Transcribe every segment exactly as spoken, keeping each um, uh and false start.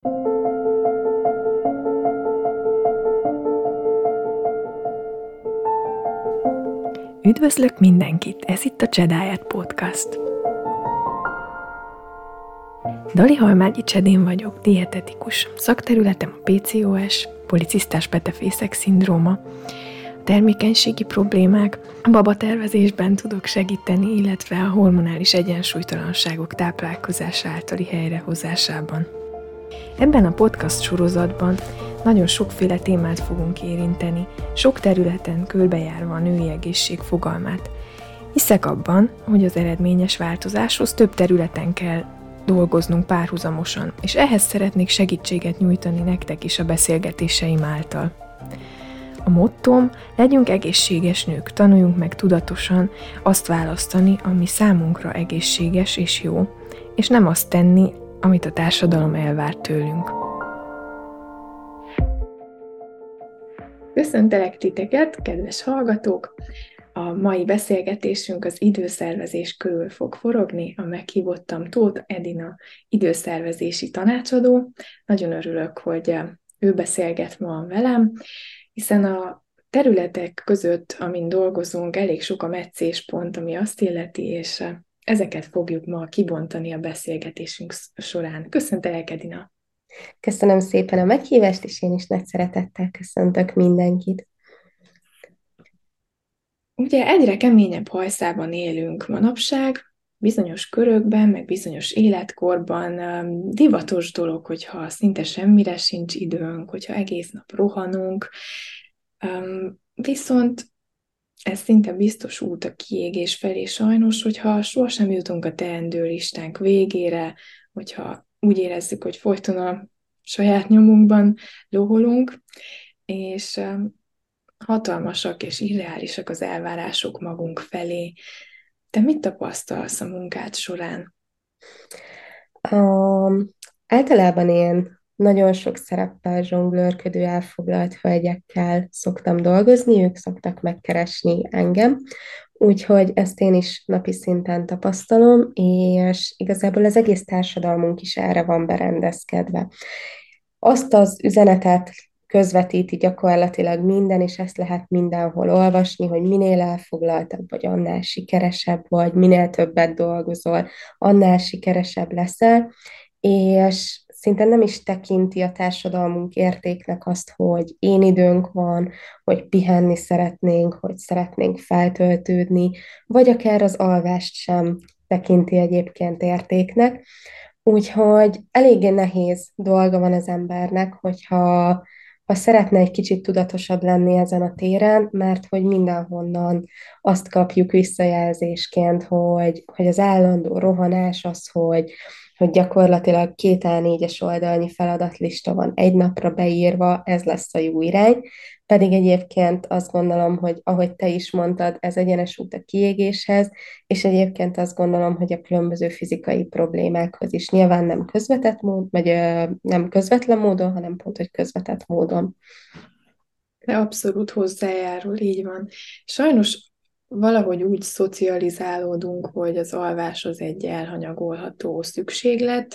Üdvözlök mindenkit! Ez itt a Csedáját Podcast. Dali Halmágyi Csedén vagyok, dietetikus. Szakterületem a pé cé o es, policisztás petefészek szindróma, termékenységi problémák, a babatervezésben tudok segíteni, illetve a hormonális egyensúlytalanságok táplálkozása általi helyrehozásában. Ebben a podcast sorozatban nagyon sokféle témát fogunk érinteni, sok területen körbejárva a női egészség fogalmát. Hiszek abban, hogy az eredményes változáshoz több területen kell dolgoznunk párhuzamosan, és ehhez szeretnék segítséget nyújtani nektek is a beszélgetéseim által. A mottom: legyünk egészséges nők, tanuljunk meg tudatosan azt választani, ami számunkra egészséges és jó, és nem azt tenni, amit a társadalom elvár tőlünk. Köszöntelek titeket, kedves hallgatók! A mai beszélgetésünk az időszervezés körül fog forogni. A meghívottam Tóth Edina, időszervezési tanácsadó. Nagyon örülök, hogy ő beszélget ma velem, hiszen a területek között, amin dolgozunk, elég sok a meccéspont, ami azt illeti, és ezeket fogjuk ma kibontani a beszélgetésünk során. Köszöntelek, Edina! Köszönöm szépen a meghívást, és én is nagy szeretettel köszöntök mindenkit. Ugye egyre keményebb hajszában élünk manapság, bizonyos körökben, meg bizonyos életkorban divatos dolog, hogyha szinte semmire sincs időnk, hogyha egész nap rohanunk, viszont ez szinte biztos út a kiégés felé sajnos, hogyha sohasem jutunk a teendő listánk végére, hogyha úgy érezzük, hogy folyton a saját nyomunkban loholunk, és hatalmasak és irreálisak az elvárások magunk felé. Te mit tapasztalsz a munkád során? Um, általában én nagyon sok szereppel zsonglőrködő, elfoglalt hölgyekkel szoktam dolgozni, ők szoktak megkeresni engem, úgyhogy ezt én is napi szinten tapasztalom, és igazából az egész társadalmunk is erre van berendezkedve. Azt az üzenetet közvetíti gyakorlatilag minden, és ezt lehet mindenhol olvasni, hogy minél elfoglaltabb vagy, annál sikeresebb vagy, minél többet dolgozol, annál sikeresebb leszel, és szinte nem is tekinti a társadalmunk értéknek azt, hogy én időnk van, hogy pihenni szeretnénk, hogy szeretnénk feltöltődni, vagy akár az alvást sem tekinti egyébként értéknek. Úgyhogy eléggé nehéz dolga van az embernek, hogyha ha szeretne egy kicsit tudatosabb lenni ezen a téren, mert hogy mindenhonnan azt kapjuk visszajelzésként, hogy, hogy az állandó rohanás az, hogy, hogy gyakorlatilag két á négyes oldalnyi feladatlista van egy napra beírva, ez lesz a jó irány, pedig egyébként azt gondolom, hogy ahogy te is mondtad, ez egyenes út a kiégéshez, és egyébként azt gondolom, hogy a különböző fizikai problémákhoz is nyilván nem közvetett mód, vagy ö, nem közvetlen módon, hanem pont, hogy közvetett módon. De abszolút hozzájárul, így van. Sajnos valahogy úgy szocializálódunk, hogy az alvás az egy elhanyagolható szükséglet,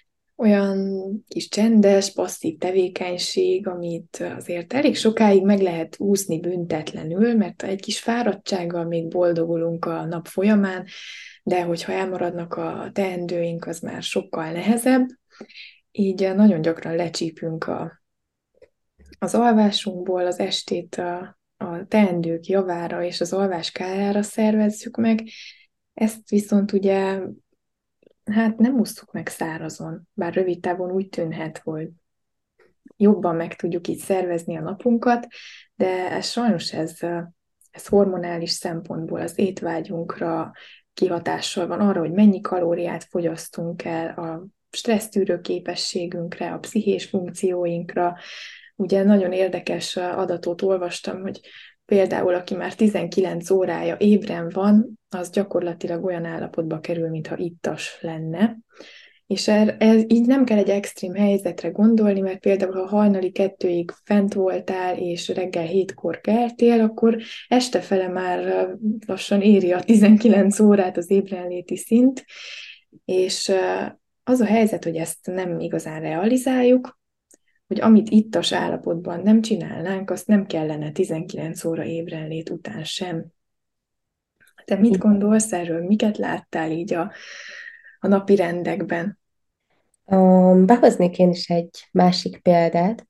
olyan kis csendes, passzív tevékenység, amit azért elég sokáig meg lehet úszni büntetlenül, mert egy kis fáradtsággal még boldogulunk a nap folyamán, de hogyha elmaradnak a teendőink, az már sokkal nehezebb. Így nagyon gyakran lecsípünk a, az alvásunkból, az estét a, a teendők javára és az alvás kárára szervezzük meg. Ezt viszont ugye hát nem ússzuk meg szárazon, bár rövid távon úgy tűnhet, hogy jobban meg tudjuk így szervezni a napunkat, de ez sajnos ez, ez hormonális szempontból az étvágyunkra kihatással van, arra, hogy mennyi kalóriát fogyasztunk el, a stressztűrő képességünkre, a pszichés funkcióinkra. Ugye nagyon érdekes adatot olvastam, hogy például aki már tizenkilenc órája ébren van, az gyakorlatilag olyan állapotba kerül, mintha ittas lenne. És ez, ez így nem kell egy extrém helyzetre gondolni, mert például, ha hajnali kettőig fent voltál, és reggel hétkor keltél, akkor estefele már lassan éri a tizenkilenc órát az ébrenléti szint, és az a helyzet, hogy ezt nem igazán realizáljuk, hogy amit ittas állapotban nem csinálnánk, azt nem kellene tizenkilenc óra ébrenlét után sem. Te mit gondolsz erről? Miket láttál így a, a napi rendekben? Um, behoznék én is egy másik példát,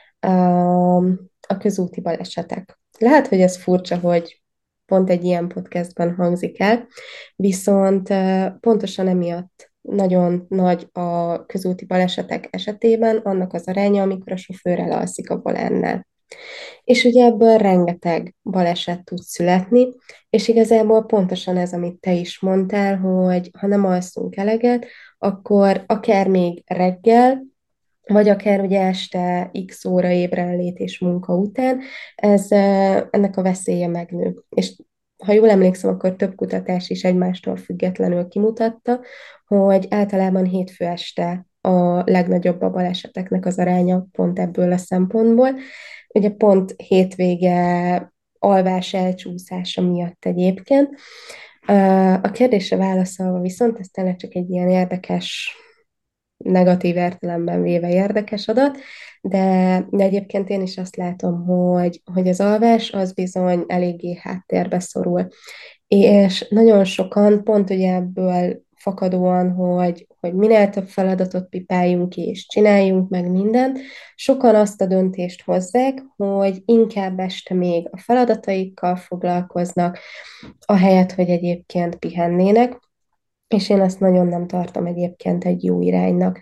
um, a közúti balesetek. Lehet, hogy ez furcsa, hogy pont egy ilyen podcastban hangzik el, viszont uh, pontosan emiatt nagyon nagy a közúti balesetek esetében annak az aránya, amikor a sofőr elalszik a volánnál. És ugye ebből rengeteg baleset tud születni, és igazából pontosan ez, amit te is mondtál, hogy ha nem alszunk eleget, akkor akár még reggel, vagy akár ugye este x óra ébrenlét és munka után, ez, eh, ennek a veszélye megnő. És ha jól emlékszem, akkor több kutatás is egymástól függetlenül kimutatta, hogy általában hétfő este a legnagyobb a baleseteknek az aránya pont ebből a szempontból. Ugye pont hétvége alvás elcsúszása miatt egyébként. Ö, A kérdésre válaszolva viszont, ez tényleg csak egy ilyen érdekes, negatív értelemben véve érdekes adat, de, de egyébként én is azt látom, hogy, hogy az alvás az bizony eléggé háttérbe szorul. És nagyon sokan pont ugye ebből fakadóan, hogy, hogy minél több feladatot pipáljunk ki, és csináljunk meg mindent, sokan azt a döntést hozzák, hogy inkább este még a feladataikkal foglalkoznak, ahelyett, hogy egyébként pihennének, és én ezt nagyon nem tartom egyébként egy jó iránynak.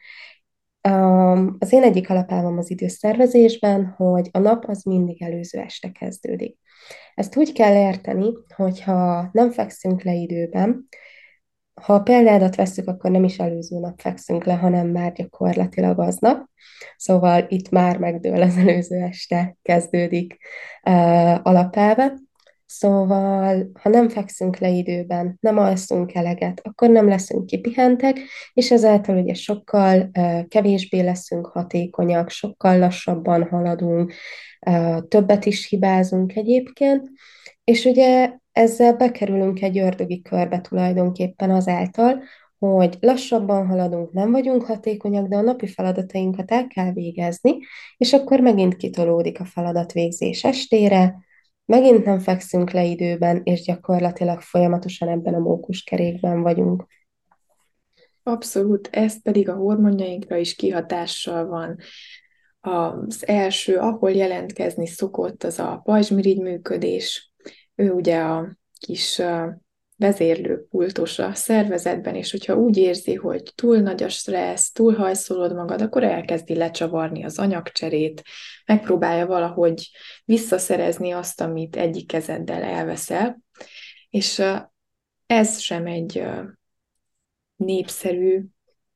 Um, Az én egyik alapelvem az időszervezésben, hogy a nap az mindig előző este kezdődik. Ezt úgy kell érteni, hogyha nem fekszünk le időben, ha a példádat vesszük, akkor nem is előző nap fekszünk le, hanem már gyakorlatilag aznap. Szóval itt már megdől az előző este kezdődik uh, alapelve. Szóval, ha nem fekszünk le időben, nem alszunk eleget, akkor nem leszünk kipihentek, és ezáltal ugye sokkal uh, kevésbé leszünk hatékonyak, sokkal lassabban haladunk, uh, többet is hibázunk egyébként, és ugye ezzel bekerülünk egy ördögi körbe tulajdonképpen azáltal, hogy lassabban haladunk, nem vagyunk hatékonyak, de a napi feladatainkat el kell végezni, és akkor megint kitolódik a feladatvégzés estére, megint nem fekszünk le időben, és gyakorlatilag folyamatosan ebben a mókuskerékben vagyunk. Abszolút, ez pedig a hormonjainkra is kihatással van. Az első, ahol jelentkezni szokott, az a pajzsmirigy működés. Ő ugye a kis vezérlőpultos a szervezetben, és hogyha úgy érzi, hogy túl nagy a stressz, túl hajszolod magad, akkor elkezdi lecsavarni az anyagcserét, megpróbálja valahogy visszaszerezni azt, amit egyik kezeddel elveszel, és ez sem egy népszerű,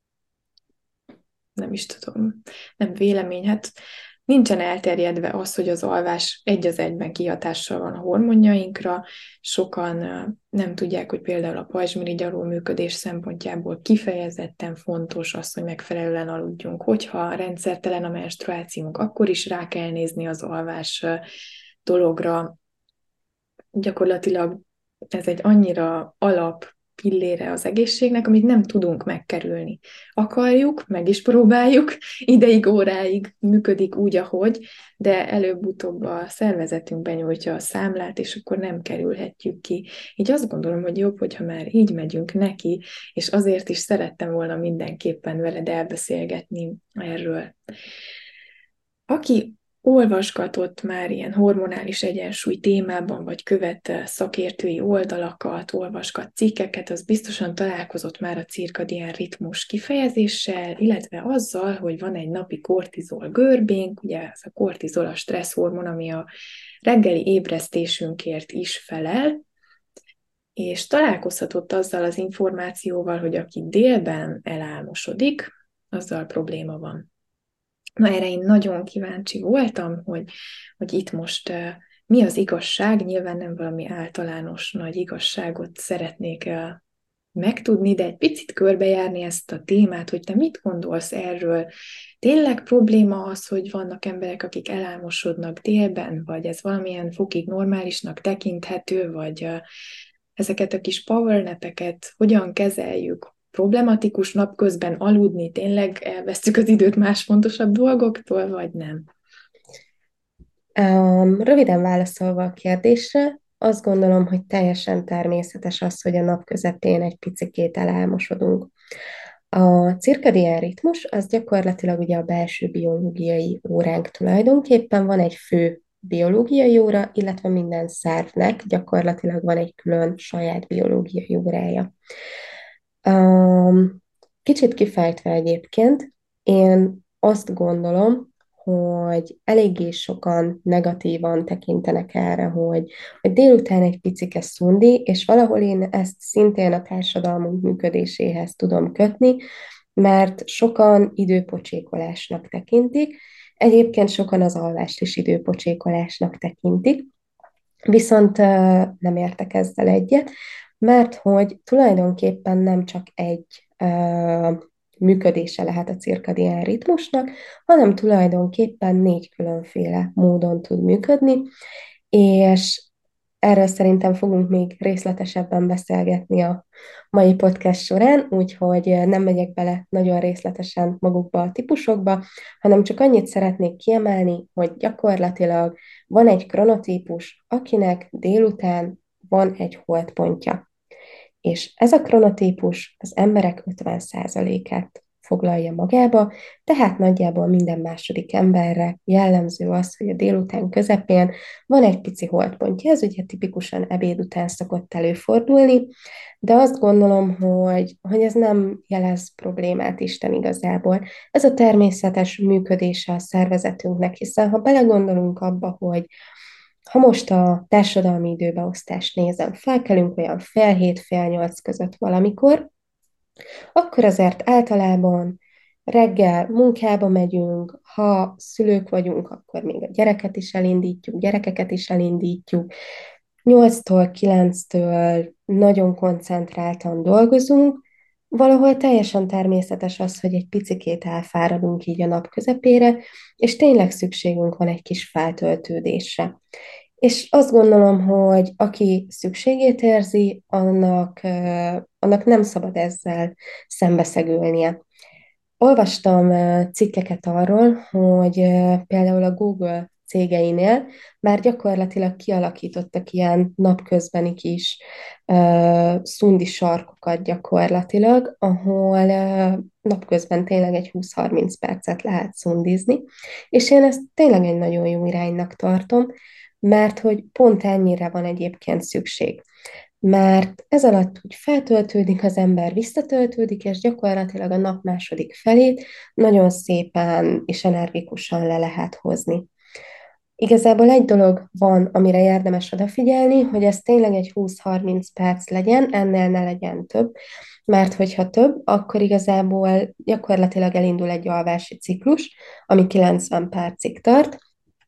nem is tudom, nem vélemény, hát nincsen elterjedve az, hogy az alvás egy az egyben kihatással van a hormonjainkra. Sokan nem tudják, hogy például a pajzsmirigy alulműködés szempontjából kifejezetten fontos az, hogy megfelelően aludjunk. Hogyha rendszertelen a menstruációnk, akkor is rá kell nézni az alvás dologra. Gyakorlatilag ez egy annyira alap pillére az egészségnek, amit nem tudunk megkerülni. Akarjuk, meg is próbáljuk, ideig, óráig működik úgy, ahogy, de előbb-utóbb a szervezetünk benyújtja a számlát, és akkor nem kerülhetjük ki. Így azt gondolom, hogy jobb, hogyha már így megyünk neki, és azért is szerettem volna mindenképpen veled elbeszélgetni erről. Aki olvasgatott már ilyen hormonális egyensúly témában, vagy követ szakértői oldalakat, olvasgat cikkeket, az biztosan találkozott már a cirkadián ritmus kifejezéssel, illetve azzal, hogy van egy napi kortizol görbénk, ugye ez a kortizol a stresszhormon, ami a reggeli ébresztésünkért is felel, és találkozhatott azzal az információval, hogy aki délben elálmosodik, azzal probléma van. Na, erre én nagyon kíváncsi voltam, hogy, hogy itt most uh, mi az igazság, nyilván nem valami általános nagy igazságot szeretnék uh, megtudni, de egy picit körbejárni ezt a témát, hogy te mit gondolsz erről. Tényleg probléma az, hogy vannak emberek, akik elálmosodnak délben, vagy ez valamilyen fokig normálisnak tekinthető, vagy uh, ezeket a kis powernapeket hogyan kezeljük? problematikus napközben aludni, tényleg elvesztjük az időt más fontosabb dolgoktól, vagy nem? Um, röviden válaszolva a kérdésre, azt gondolom, hogy teljesen természetes az, hogy a nap közepén egy picikét elálmosodunk. A cirkadián ritmus az gyakorlatilag ugye a belső biológiai óránk tulajdonképpen, van egy fő biológiai óra, illetve minden szervnek gyakorlatilag van egy külön saját biológiai órája. Um, Kicsit kifejtve egyébként, én azt gondolom, hogy eléggé sokan negatívan tekintenek erre, hogy, hogy délután egy picike szundi, és valahol én ezt szintén a társadalmunk működéséhez tudom kötni, mert sokan időpocsékolásnak tekintik, egyébként sokan az alvást is időpocsékolásnak tekintik, viszont ö, nem értek ezzel egyet, mert hogy tulajdonképpen nem csak egy ö, működése lehet a cirkadián ritmusnak, hanem tulajdonképpen négy különféle módon tud működni, és erről szerintem fogunk még részletesebben beszélgetni a mai podcast során, úgyhogy nem megyek bele nagyon részletesen magukba a típusokba, hanem csak annyit szeretnék kiemelni, hogy gyakorlatilag van egy kronotípus, akinek délután van egy holdpontja. És ez a kronotípus az emberek ötven százalékát foglalja magába, tehát nagyjából minden második emberre jellemző az, hogy a délután közepén van egy pici holdpontja. Ez ugye tipikusan ebéd után szokott előfordulni, de azt gondolom, hogy, hogy ez nem jelez problémát Isten igazából. Ez a természetes működése a szervezetünknek, hiszen ha belegondolunk abba, hogy ha most a társadalmi időbeosztást nézem, felkelünk olyan fél hét, fél nyolc között valamikor, akkor azért általában reggel munkába megyünk, ha szülők vagyunk, akkor még a gyereket is elindítjuk, gyerekeket is elindítjuk, nyolctól kilenctől nagyon koncentráltan dolgozunk, valahol teljesen természetes az, hogy egy picikét elfáradunk így a nap közepére, és tényleg szükségünk van egy kis feltöltődésre. És azt gondolom, hogy aki szükségét érzi, annak, eh, annak nem szabad ezzel szembeszegülnie. Olvastam eh, cikkeket arról, hogy eh, például a Google cégeinél már gyakorlatilag kialakítottak ilyen napközbeni kis uh, szundi sarkokat gyakorlatilag, ahol uh, napközben tényleg egy húsz-harminc percet lehet szundizni, és én ezt tényleg egy nagyon jó iránynak tartom, mert hogy pont ennyire van egyébként szükség. Mert ez alatt úgy feltöltődik az ember, visszatöltődik, és gyakorlatilag a nap második felét nagyon szépen és energikusan le lehet hozni. Igazából egy dolog van, amire érdemes odafigyelni, hogy ez tényleg egy húsz-harminc perc legyen, ennél ne legyen több, mert hogyha több, akkor igazából gyakorlatilag elindul egy alvási ciklus, ami kilencven percig tart,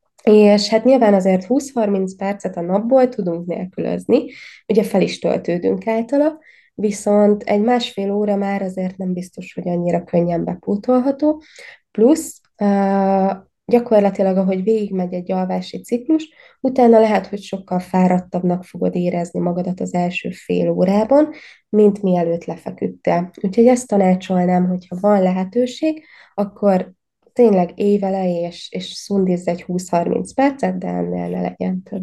és hát nyilván azért húsz-harminc percet a napból tudunk nélkülözni, ugye fel is töltődünk általa, viszont egy másfél óra már azért nem biztos, hogy annyira könnyen bepótolható, plusz uh, gyakorlatilag, ahogy végigmegy egy alvási ciklus, utána lehet, hogy sokkal fáradtabbnak fogod érezni magadat az első fél órában, mint mielőtt lefeküdtél. Úgyhogy ezt tanácsolnám, hogyha van lehetőség, akkor tényleg évele és, és szundizz egy húsz-harminc percet, de ennél ne legyen több.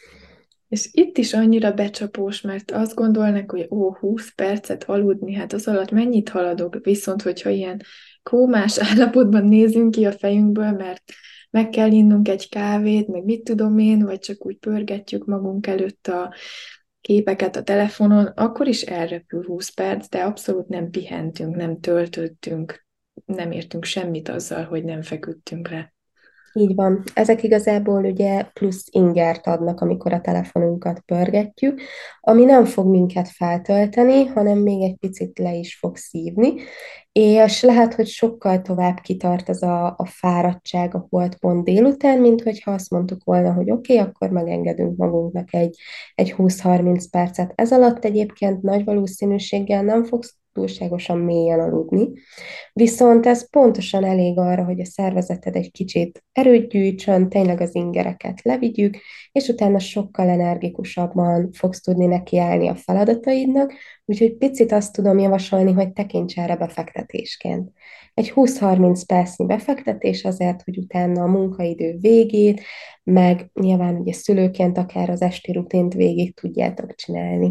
És itt is annyira becsapós, mert azt gondolnak, hogy ó, húsz percet aludni, hát az alatt mennyit haladok, viszont hogyha ilyen kómás állapotban nézünk ki a fejünkből, mert meg kell innunk egy kávét, meg mit tudom én, vagy csak úgy pörgetjük magunk előtt a képeket a telefonon, akkor is elrepül húsz perc, de abszolút nem pihentünk, nem töltöttünk, nem értünk semmit azzal, hogy nem feküdtünk le. Így van. Ezek igazából ugye plusz ingert adnak, amikor a telefonunkat pörgetjük, ami nem fog minket feltölteni, hanem még egy picit le is fog szívni, és lehet, hogy sokkal tovább kitart ez a, a fáradtság a holdpont délután, mint hogyha azt mondtuk volna, hogy oké, okay, akkor megengedünk magunknak egy, egy húsz-harminc percet. Ez alatt egyébként nagy valószínűséggel nem fogsz túlságosan mélyen aludni. Viszont ez pontosan elég arra, hogy a szervezeted egy kicsit erőt gyűjtsön, tényleg az ingereket levigyük, és utána sokkal energikusabban fogsz tudni nekiállni a feladataidnak, úgyhogy picit azt tudom javasolni, hogy tekints erre befektetésként. Egy húsz-harminc percnyi befektetés azért, hogy utána a munkaidő végét, meg nyilván ugye szülőként akár az esti rutint végig tudjátok csinálni.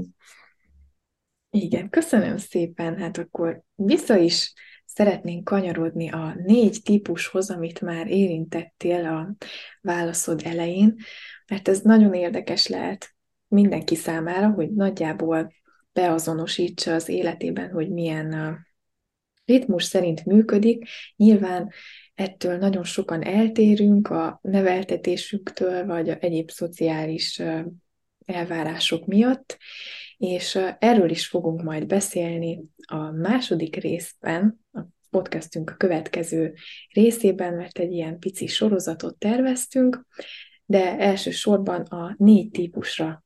Igen, köszönöm szépen. Hát akkor vissza is szeretnénk kanyarodni a négy típushoz, amit már érintettél a válaszod elején, mert ez nagyon érdekes lehet mindenki számára, hogy nagyjából beazonosítsa az életében, hogy milyen uh, ritmus szerint működik. Nyilván ettől nagyon sokan eltérünk a neveltetésüktől, vagy a egyéb szociális uh, elvárások miatt, és erről is fogunk majd beszélni a második részben, a podcastünk a következő részében, mert egy ilyen pici sorozatot terveztünk, de elsősorban a négy típusra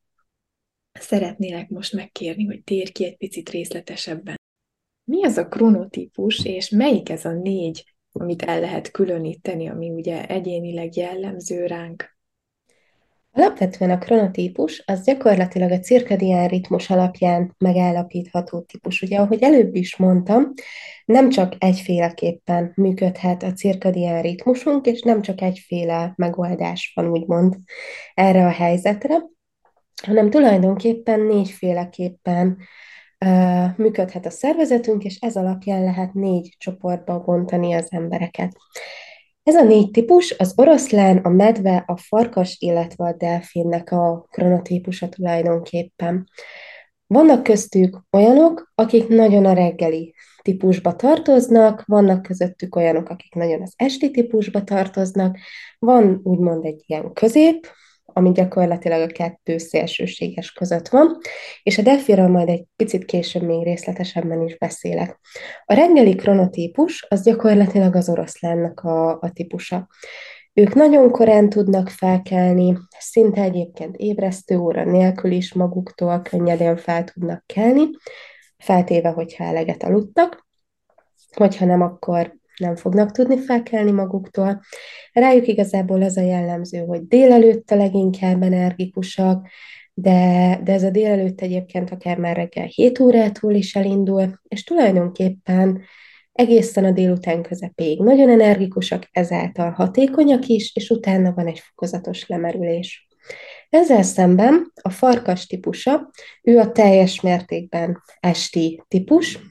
szeretnélek most megkérni, hogy térj ki egy picit részletesebben. Mi az a kronotípus, és melyik ez a négy, amit el lehet különíteni, ami ugye egyénileg jellemző ránk? Alapvetően a kronotípus az gyakorlatilag a cirkadián ritmus alapján megállapítható típus. Ugye, ahogy előbb is mondtam, nem csak egyféleképpen működhet a cirkadián ritmusunk, és nem csak egyféle megoldás van, úgymond erre a helyzetre, hanem tulajdonképpen négyféleképpen uh, működhet a szervezetünk, és ez alapján lehet négy csoportba bontani az embereket. Ez a négy típus az oroszlán, a medve, a farkas, illetve a delfinnek a kronotípusa tulajdonképpen. Vannak köztük olyanok, akik nagyon a reggeli típusba tartoznak, vannak közöttük olyanok, akik nagyon az esti típusba tartoznak, van úgymond egy ilyen közép, ami gyakorlatilag a kettő szélsőséges között van, és a delfinről majd egy picit később még részletesebben is beszélek. A reggeli kronotípus az gyakorlatilag az oroszlánnak a, a típusa. Ők nagyon korán tudnak felkelni, szinte egyébként ébresztő óra nélkül is maguktól könnyedén fel tudnak kelni, feltéve, hogyha eleget aludtak, hogyha nem, akkor nem fognak tudni felkelni maguktól. Rájuk igazából az a jellemző, hogy délelőtt a leginkább energikusak, de, de ez a délelőtt egyébként akár már reggel hét órától is elindul, és tulajdonképpen egészen a délután közepéig nagyon energikusak, ezáltal hatékonyak is, és utána van egy fokozatos lemerülés. Ezzel szemben a farkas típusa, ő a teljes mértékben esti típus,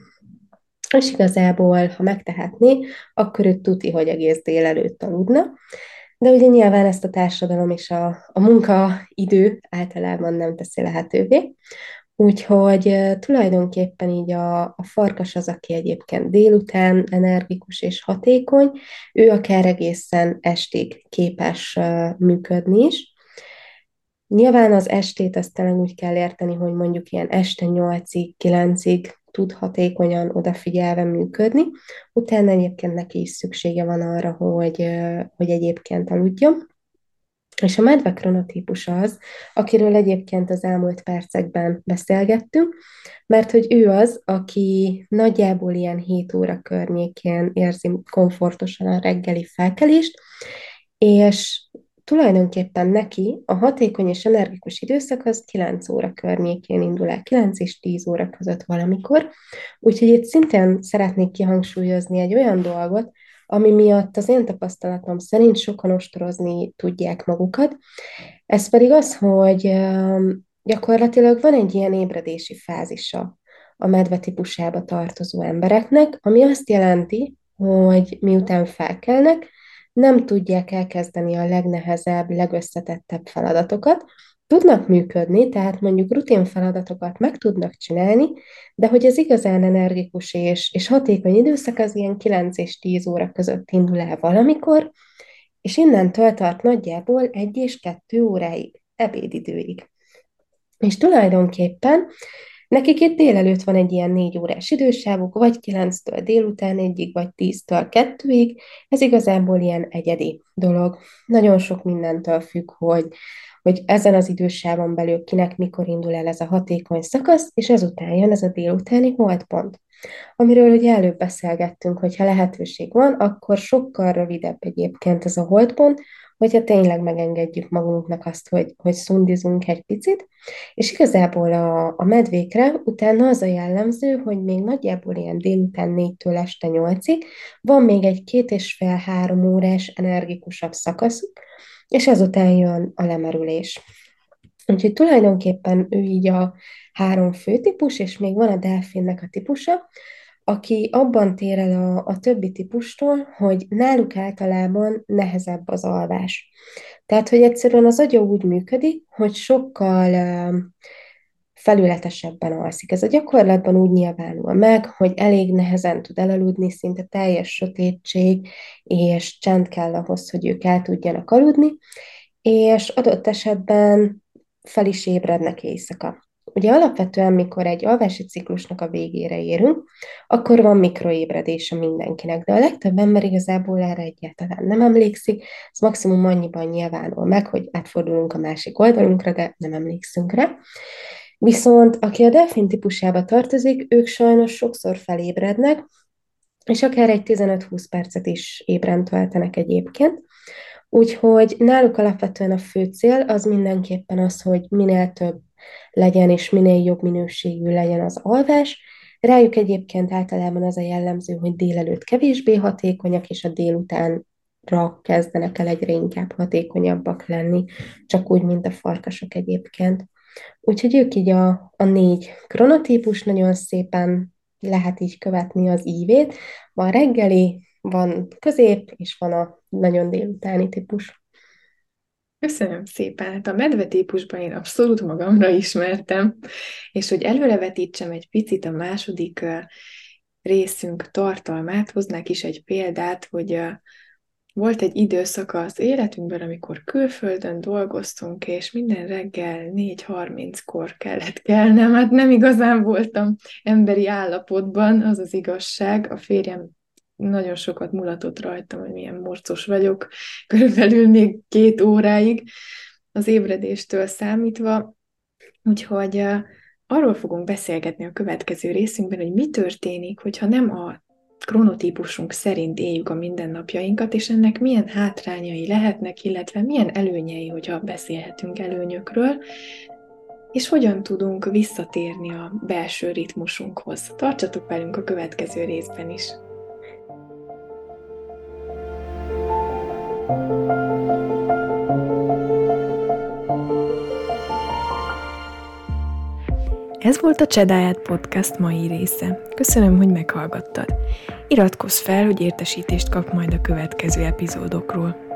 és igazából, ha megtehetné, akkor ő tuti, hogy egész délelőtt aludna, de ugye nyilván ezt a társadalom és a, a munkaidő általában nem teszi lehetővé. Úgyhogy uh, tulajdonképpen így a, a farkas az, aki egyébként délután energikus és hatékony, ő akár egészen estig képes uh, működni is. Nyilván az estét azt tényleg úgy kell érteni, hogy mondjuk ilyen este nyolcig, kilencig tud hatékonyan odafigyelve működni. Utána egyébként neki is szüksége van arra, hogy, uh, hogy egyébként aludjon. És a medve kronotípus az, akiről egyébként az elmúlt percekben beszélgettünk, mert hogy ő az, aki nagyjából ilyen hét óra környékén érzi komfortosan a reggeli felkelést, és tulajdonképpen neki a hatékony és energikus időszak az kilenc óra környékén indul el, kilenc és tíz óra között valamikor. Úgyhogy itt szintén szeretnék kihangsúlyozni egy olyan dolgot, ami miatt az én tapasztalatom szerint sokan ostorozni tudják magukat. Ez pedig az, hogy um, gyakorlatilag van egy ilyen ébredési fázisa a medve típusába tartozó embereknek, ami azt jelenti, hogy miután felkelnek, nem tudják elkezdeni a legnehezebb, legösszetettebb feladatokat. Tudnak működni, tehát mondjuk rutin feladatokat meg tudnak csinálni, de hogy az igazán energikus és, és hatékony időszak az ilyen kilenc és tíz óra között indul el valamikor, és innentől tart nagyjából egy és kettő óráig, ebédidőig. És tulajdonképpen nekik itt délelőtt van egy ilyen négy órás idősávuk, vagy kilenctől délután egyig, vagy tíztől kettőig. Ez igazából ilyen egyedi dolog. Nagyon sok mindentől függ, hogy, hogy ezen az idősávon belül kinek mikor indul el ez a hatékony szakasz, és ezután jön ez a délutáni holdpont, amiről ugye előbb beszélgettünk, hogyha lehetőség van, akkor sokkal rövidebb egyébként ez a holdpont, hogyha tényleg megengedjük magunknak azt, hogy, hogy szundizunk egy picit, és igazából a, a medvékre utána az a jellemző, hogy még nagyjából ilyen délután négytől este nyolcig van még egy két és fél-három órás energikusabb szakaszuk, és ezután jön a lemerülés. Úgyhogy tulajdonképpen ő így a három fő típus, és még van a delfinnek a típusa, aki abban tér el a, a többi típustól, hogy náluk általában nehezebb az alvás. Tehát, hogy egyszerűen az agya úgy működik, hogy sokkal uh, felületesebben alszik. Ez a gyakorlatban úgy nyilvánul meg, hogy elég nehezen tud elaludni, szinte teljes sötétség és csend kell ahhoz, hogy ők el tudjanak aludni, és adott esetben fel is ébrednek éjszaka. Ugye alapvetően, mikor egy alvási ciklusnak a végére érünk, akkor van mikroébredése mindenkinek, de a legtöbb ember igazából erre egyáltalán nem emlékszik, ez maximum annyiban nyilvánul meg, hogy átfordulunk a másik oldalunkra, de nem emlékszünk rá. Viszont aki a delfin típusába tartozik, ők sajnos sokszor felébrednek, és akár egy tizenöt-húsz percet is ébren töltenek egyébként. Úgyhogy náluk alapvetően a fő cél az mindenképpen az, hogy minél több legyen és minél jobb minőségű legyen az alvás. Rájuk egyébként általában az a jellemző, hogy délelőtt kevésbé hatékonyak, és a délutánra kezdenek el egyre inkább hatékonyabbak lenni, csak úgy, mint a farkasok egyébként. Úgyhogy ők így a, a négy kronotípus, nagyon szépen lehet így követni az ívét. Van reggeli, van közép, és van a nagyon délutáni típus. Köszönöm szépen. Hát a medve típusban én abszolút magamra ismertem, és hogy előrevetítsem egy picit a második részünk tartalmát, hoznák is egy példát, hogy volt egy időszaka az életünkben, amikor külföldön dolgoztunk, és minden reggel négy harminckor kellett kelnem. Hát nem igazán voltam emberi állapotban, az az igazság. A férjem nagyon sokat mulatott rajtam, hogy milyen morcos vagyok, körülbelül még két óráig az ébredéstől számítva. Úgyhogy uh, arról fogunk beszélgetni a következő részünkben, hogy mi történik, hogyha nem a kronotípusunk szerint éljük a mindennapjainkat, és ennek milyen hátrányai lehetnek, illetve milyen előnyei, hogyha beszélhetünk előnyökről, és hogyan tudunk visszatérni a belső ritmusunkhoz. Tartsatok velünk a következő részben is! Ez volt a Csedáját Podcast mai része. Köszönöm, hogy meghallgattad. Iratkozz fel, hogy értesítést kapj majd a következő epizódokról.